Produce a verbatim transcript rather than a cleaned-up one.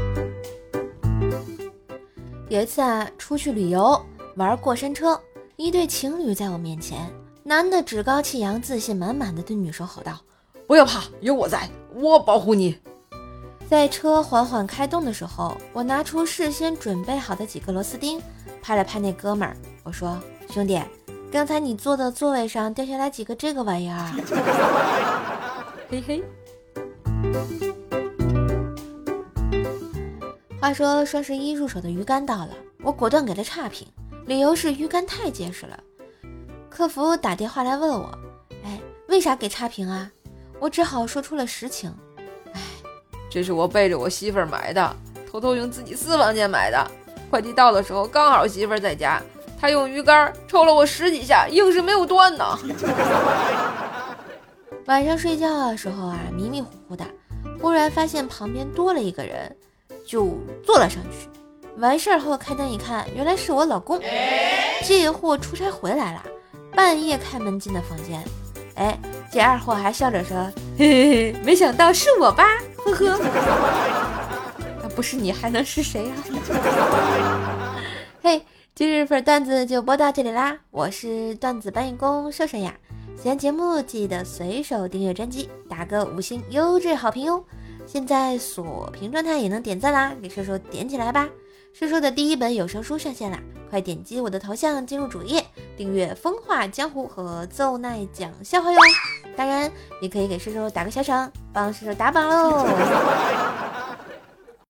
有一次啊，出去旅游玩过山车，一对情侣在我面前，男的趾高气扬自信满满的对女生吼道： 不要怕，有我在，我保护你。 在车缓缓开动的时候，我拿出事先准备好的几个螺丝钉，拍了拍那哥们儿，我说：兄弟，刚才你坐的座位上掉下来几个这个玩意儿。嘿嘿。话说双十一入手的鱼竿到了，我果断给了差评，理由是鱼竿太结实了。客服打电话来问我，哎，为啥给差评啊？我只好说出了实情。哎， 这是我背着我媳妇儿买的，偷偷用自己私房钱买的。快递到的时候刚好媳妇儿在家，她用鱼竿抽了我十几下，硬是没有断呢。 晚上睡觉的时候啊，迷迷糊糊的，忽然发现旁边多了一个人，就坐了上去。完事儿后开灯一看，原来是我老公。这货出差回来了，半夜开门进的房间。哎，这二货还笑着说：嘿嘿嘿，没想到是我吧，呵呵。那不是你还能是谁啊？嘿，今日份段子就播到这里啦，我是段子搬运工瘦瘦呀。喜欢节目记得随手订阅专辑，打个五星优质好评哟。现在锁屏状态也能点赞啦，给瘦瘦点起来吧。瘦瘦的第一本有声书上线啦，快点击我的头像进入主页，订阅风化江湖和奏奈讲笑话哟。当然也可以给瘦瘦打个小赏，帮瘦瘦打榜喽。